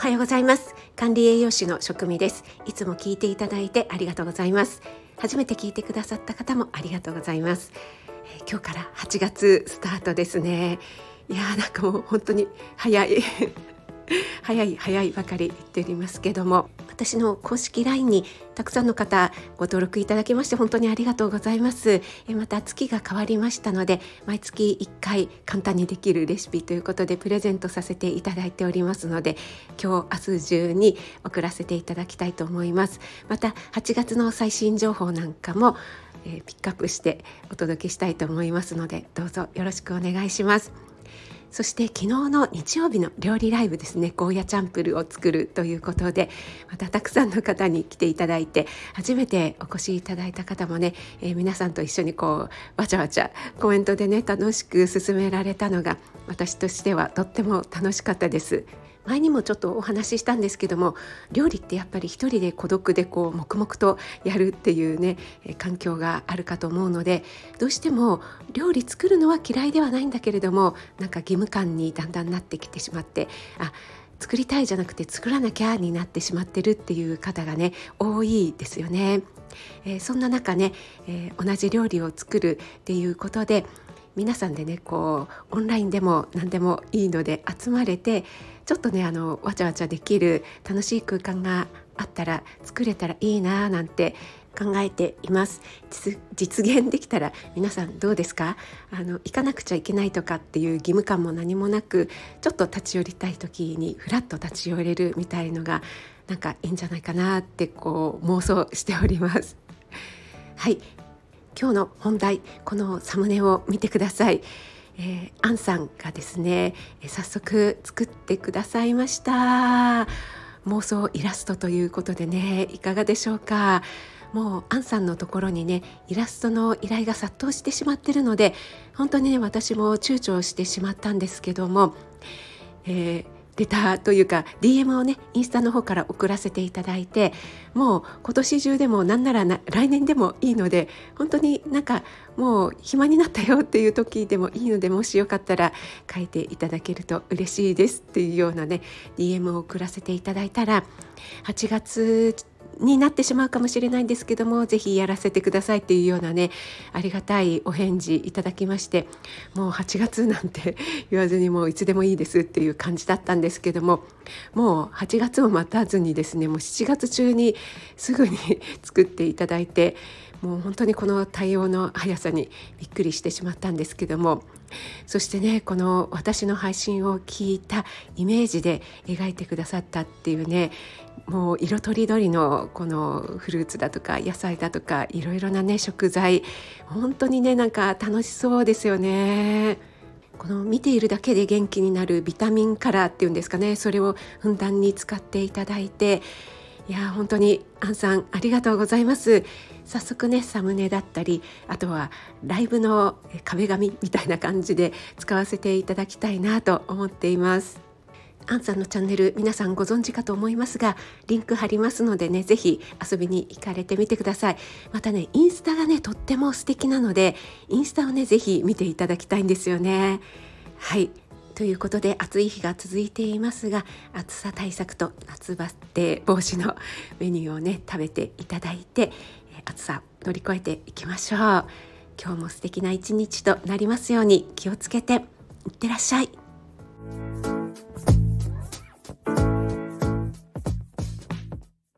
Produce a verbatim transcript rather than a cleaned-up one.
はようございます。管理栄養士の食味です。いつも聞いていただいてありがとうございます。初めて聞いてくださった方もありがとうございます。えー、今日からはちがつスタートですね。いやーなんかもう本当に早い早い早いばかり言っておりますけども、私の公式 ライン にたくさんの方ご登録いただきまして本当にありがとうございます。えまた月が変わりましたので、毎月いっかい簡単にできるレシピということでプレゼントさせていただいておりますので、今日明日中に送らせていただきたいと思います。またはちがつの最新情報なんかも、えー、ピックアップしてお届けしたいと思いますので、どうぞよろしくお願いします。そして昨日の日曜日の料理ライブですね、ゴーヤチャンプルを作るということで、またたくさんの方に来ていただいて、初めてお越しいただいた方もね、えー、皆さんと一緒にこうわちゃわちゃコメントでね楽しく進められたのが私としてはとっても楽しかったです。前にもちょっとお話ししたんですけども、料理ってやっぱり一人で孤独でこう黙々とやるっていうね環境があるかと思うので、どうしても料理作るのは嫌いではないんだけれども、なんか義務感にだんだんなってきてしまって、あ作りたいじゃなくて作らなきゃになってしまってるっていう方がね多いですよね。えー、そんな中ね、えー、同じ料理を作るっていうことで皆さんでねこうオンラインでも何でもいいので集まれて、ちょっとねあのわちゃわちゃできる楽しい空間があったら作れたらいいななんて考えています。実、実現できたら皆さんどうですか？あの行かなくちゃいけないとかっていう義務感も何もなく、ちょっと立ち寄りたい時にふらっと立ち寄れるみたいのがなんかいいんじゃないかなってこう妄想しております。はい、今日の本題、このサムネを見てください。えー、アンさんがですね、えー、早速作ってくださいました。妄想イラストということでね、いかがでしょうか？もうアンさんのところにねイラストの依頼が殺到してしまっているので、本当にね私も躊躇してしまったんですけども、えーレターというか ディーエム をねインスタの方から送らせていただいて、もう今年中でもなんならな来年でもいいので、本当になんかもう暇になったよっていう時でもいいので、もしよかったら書いていただけると嬉しいですっていうようなね ディーエム を送らせていただいたら、はちがつになってしまうかもしれないんですけども、ぜひやらせてくださいっていうようなねありがたいお返事いただきまして、もうはちがつなんて言わずにもういつでもいいですっていう感じだったんですけども、もうはちがつを待たずにですね、もうしちがつ中にすぐに作っていただいて、もう本当にこの対応の速さにびっくりしてしまったんですけども、そしてねこの私の配信を聞いたイメージで描いてくださったっていうね、もう色とりどりのこのフルーツだとか野菜だとかいろいろなね食材、本当にねなんか楽しそうですよね。この見ているだけで元気になるビタミンカラーっていうんですかね、それをふんだんに使っていただいて、いや本当にアンさんありがとうございます。早速ねサムネだったり、あとはライブの壁紙みたいな感じで使わせていただきたいなと思っています。アンさんのチャンネル皆さんご存知かと思いますが、リンク貼りますのでね、ぜひ遊びに行かれてみてください。またねインスタがねとっても素敵なので、インスタをねぜひ見ていただきたいんですよね。はい、ということで暑い日が続いていますが、暑さ対策と夏バテ防止のメニューをね食べていただいて、暑さ乗り越えていきましょう。今日も素敵な一日となりますように、気をつけていってらっしゃい。